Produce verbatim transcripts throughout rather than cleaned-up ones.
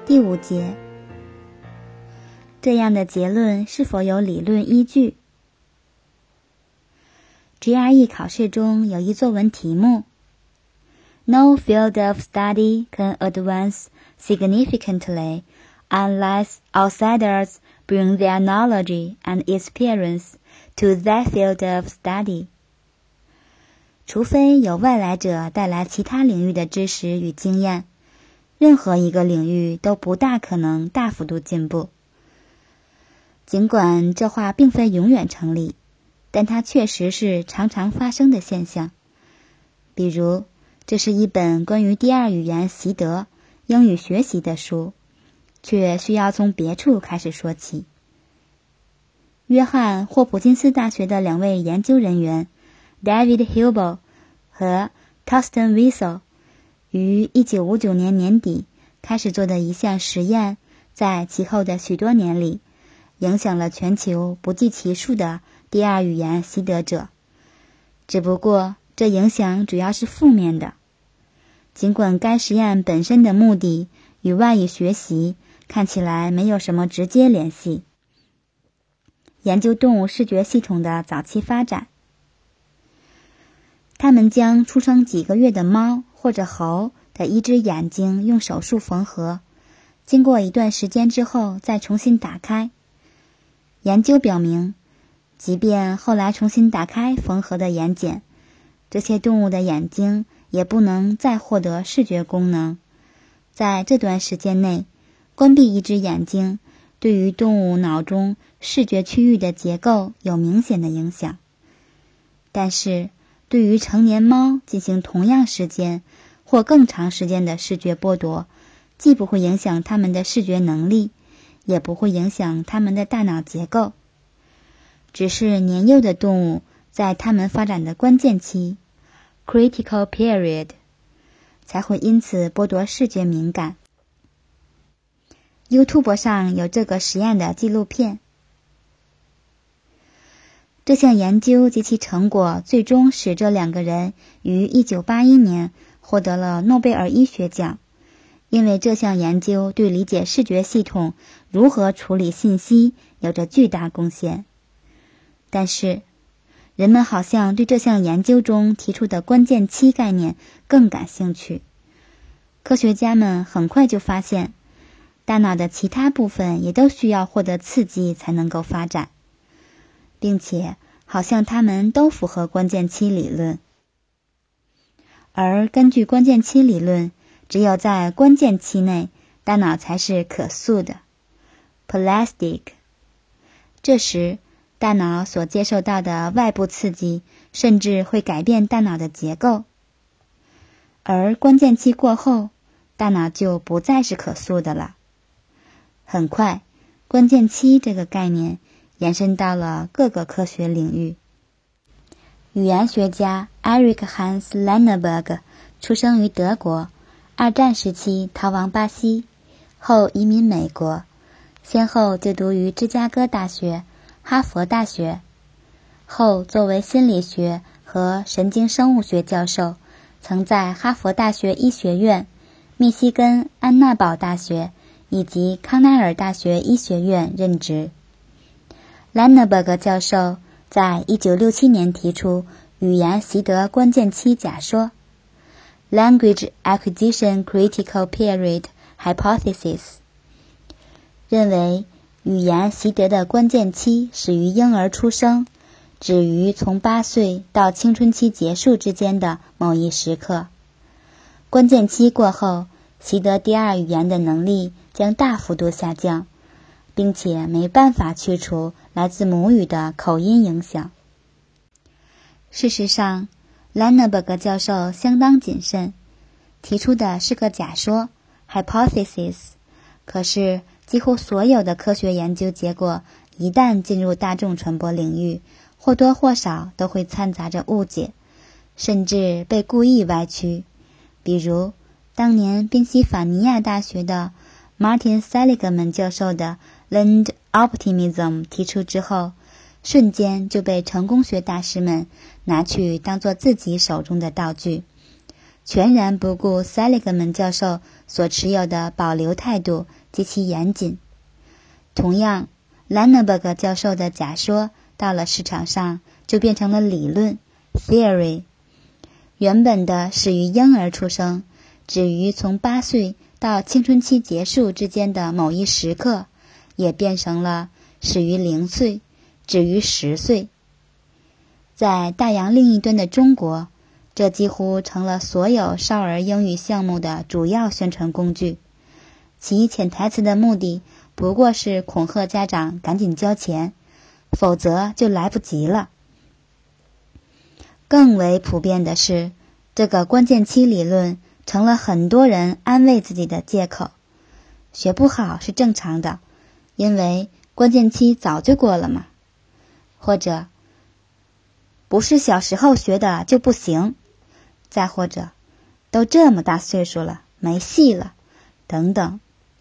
第五节，这样的结论是否有理论依据？ G R E 考试中有一作文题目 No field of study can advance significantly unless outsiders bring their knowledge and experience to that field of study. 除非有外来者带来其他领域的知识与经验，任何一个领域都不大可能大幅度进步。尽管这话并非永远成立，但它确实是常常发生的现象。比如，这是一本关于第二语言习得、英语学习的书，却需要从别处开始说起。约翰霍普金斯大学的两位研究人员 David Hubel 和 Thorsten Wiesel 于一九五九年年底开始做的一项实验，在其后的许多年里影响了全球不计其数的第二语言习得者。只不过这影响主要是负面的。尽管该实验本身的目的与外语学习看起来没有什么直接联系，研究动物视觉系统的早期发展。他们将出生几个月的猫或者猴的一只眼睛用手术缝合，经过一段时间之后再重新打开。研究表明，即便后来重新打开缝合的眼睑，这些动物的眼睛也不能再获得视觉功能。在这段时间内，关闭一只眼睛对于动物脑中视觉区域的结构有明显的影响。但是，对于成年猫进行同样时间或更长时间的视觉剥夺，既不会影响它们的视觉能力，也不会影响它们的大脑结构。只是年幼的动物在它们发展的关键期 critical period 才会因此剥夺视觉敏感。YouTube 上有这个实验的纪录片。这项研究及其成果最终使这两个人于一九八一年获得了诺贝尔医学奖，因为这项研究对理解视觉系统如何处理信息有着巨大贡献。但是，人们好像对这项研究中提出的关键期概念更感兴趣。科学家们很快就发现，大脑的其他部分也都需要获得刺激才能够发展，并且好像它们都符合关键期理论。而根据关键期理论，只有在关键期内，大脑才是可塑的 plastic。 这时，大脑所接受到的外部刺激甚至会改变大脑的结构。而关键期过后，大脑就不再是可塑的了。很快，关键期这个概念延伸到了各个科学领域。语言学家 Erich Hans Lenneberg 出生于德国，二战时期逃亡巴西，后移民美国，先后就读于芝加哥大学、哈佛大学，后作为心理学和神经生物学教授，曾在哈佛大学医学院、密西根安娜堡大学以及康奈尔大学医学院任职。Lenneberg 教授在一九六七年提出语言习得关键期假说 Language Acquisition Critical Period Hypothesis， 认为语言习得的关键期始于婴儿出生，止于从八岁到青春期结束之间的某一时刻。关键期过后，习得第二语言的能力将大幅度下降，并且没办法去除来自母语的口音影响。事实上，兰纳伯格教授相当谨慎，提出的是个假说 hypothesis， 可是几乎所有的科学研究结果一旦进入大众传播领域，或多或少都会掺杂着误解，甚至被故意歪曲。比如当年宾夕法尼亚大学的 Martin Seligman 教授的 Learned Optimism 提出之后，瞬间就被成功学大师们拿去当作自己手中的道具， 全然不顾 Seligman 教授所持有的保留态度极其严谨。同样 Lenneberg 教授的假说到了市场上就变成了理论 theory， 原本的始于婴儿出生，止于从八岁到青春期结束之间的某一时刻，也变成了始于零岁，止于十岁。在大洋另一端的中国，这几乎成了所有少儿英语项目的主要宣传工具，其潜台词的目的不过是恐吓家长赶紧交钱，否则就来不及了。更为普遍的是，这个关键期理论成了很多人安慰自己的借口。学不好是正常的，因为关键期早就过了嘛。或者，不是小时候学的就不行。再或者，都这么大岁数了，没戏了，等等。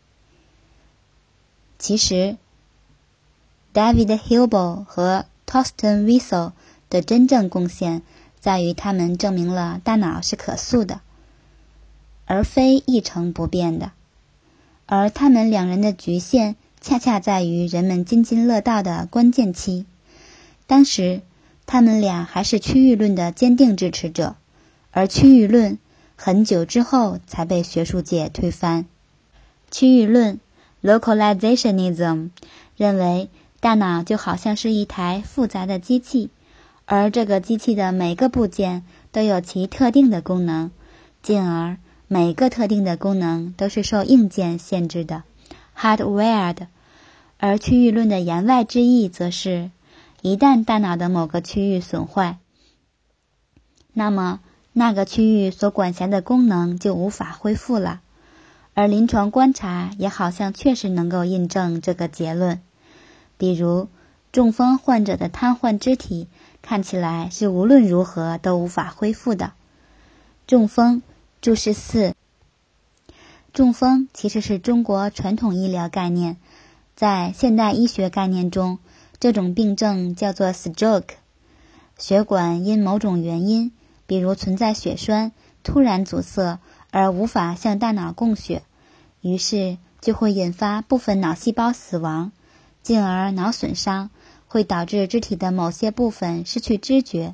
其实 David Hilbert 和 Torsten Wiesel 的真正贡献在于他们证明了大脑是可塑的，而非一成不变的。而他们两人的局限恰恰在于人们津津乐道的关键期。当时他们俩还是区域论的坚定支持者，而区域论很久之后才被学术界推翻。区域论 Localizationism 认为大脑就好像是一台复杂的机器，而这个机器的每个部件都有其特定的功能，进而每个特定的功能都是受硬件限制的 hardwired。 而区域论的言外之意则是，一旦大脑的某个区域损坏，那么那个区域所管辖的功能就无法恢复了。而临床观察也好像确实能够印证这个结论。比如中风患者的瘫痪肢体看起来是无论如何都无法恢复的。中风注释四，中风其实是中国传统医疗概念，在现代医学概念中，这种病症叫做 stroke。 血管因某种原因，比如存在血栓，突然阻塞而无法向大脑供血，于是就会引发部分脑细胞死亡，进而脑损伤会导致肢体的某些部分失去知觉。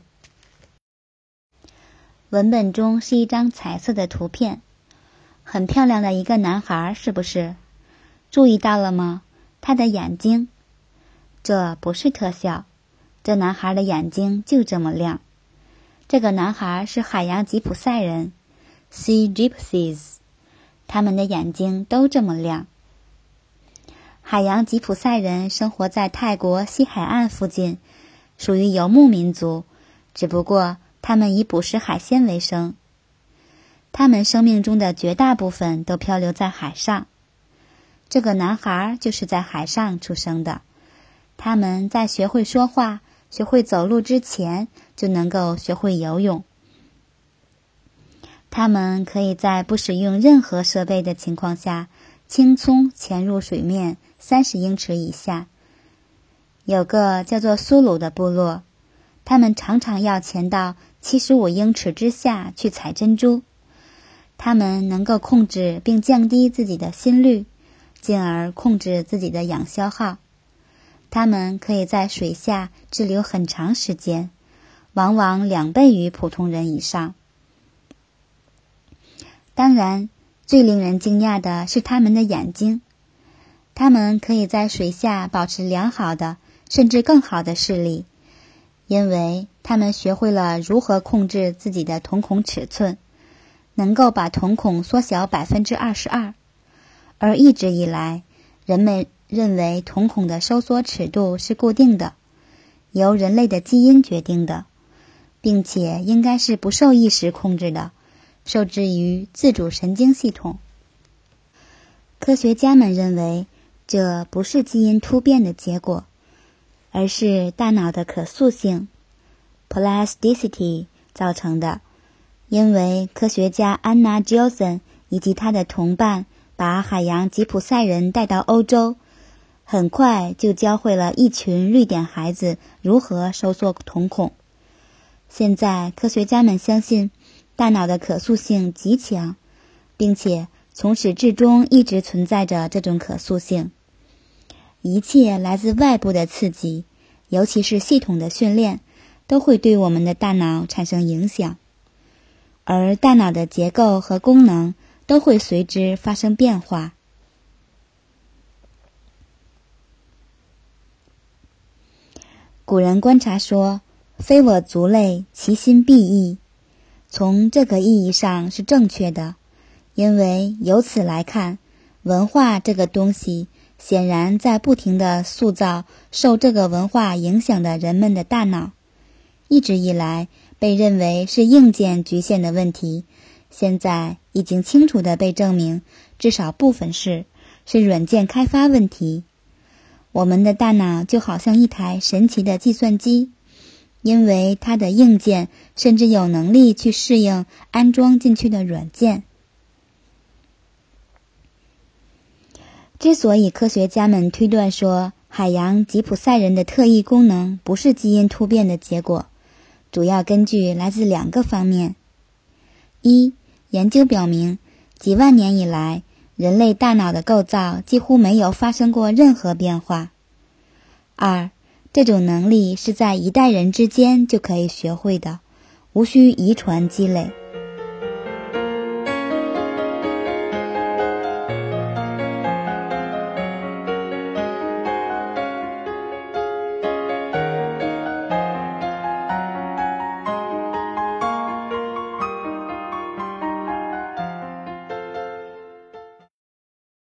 文本中是一张彩色的图片，很漂亮的一个男孩，是不是？注意到了吗？他的眼睛，这不是特效，这男孩的眼睛就这么亮。这个男孩是海洋吉普赛人 Sea Gypsies， 他们的眼睛都这么亮。海洋吉普赛人生活在泰国西海岸附近，属于游牧民族，只不过他们以捕食海鲜为生。他们生命中的绝大部分都漂流在海上。这个男孩就是在海上出生的。他们在学会说话、学会走路之前，就能够学会游泳。他们可以在不使用任何设备的情况下，轻松潜入水面三十英尺以下。有个叫做苏鲁的部落，他们常常要潜到七十五英尺之下去采珍珠。他们能够控制并降低自己的心率，进而控制自己的氧消耗。他们可以在水下滞留很长时间，往往两倍于普通人以上。当然，最令人惊讶的是他们的眼睛。他们可以在水下保持良好的，甚至更好的视力，因为他们学会了如何控制自己的瞳孔尺寸，能够把瞳孔缩小 百分之二十二。 而一直以来，人们认为瞳孔的收缩尺度是固定的，由人类的基因决定的，并且应该是不受意识控制的，受制于自主神经系统。科学家们认为这不是基因突变的结果，而是大脑的可塑性 plasticity 造成的。因为科学家安娜·吉森以及他的同伴把海洋吉普赛人带到欧洲，很快就教会了一群瑞典孩子如何收缩瞳孔。现在科学家们相信， 大脑的可塑性极强，并且从始至终一直存在着这种可塑性。一切来自外部的刺激，尤其是系统的训练，都会对我们的大脑产生影响，而大脑的结构和功能都会随之发生变化。古人观察说，非我族类，其心必异。从这个意义上是正确的，因为由此来看，文化这个东西显然在不停地塑造受这个文化影响的人们的大脑。一直以来被认为是硬件局限的问题，现在已经清楚地被证明，至少部分是是软件开发问题。我们的大脑就好像一台神奇的计算机，因为它的硬件甚至有能力去适应安装进去的软件。之所以科学家们推断说海洋吉普赛人的特异功能不是基因突变的结果，主要根据来自两个方面。一、研究表明，几万年以来，人类大脑的构造几乎没有发生过任何变化。二、这种能力是在一代人之间就可以学会的，无需遗传积累。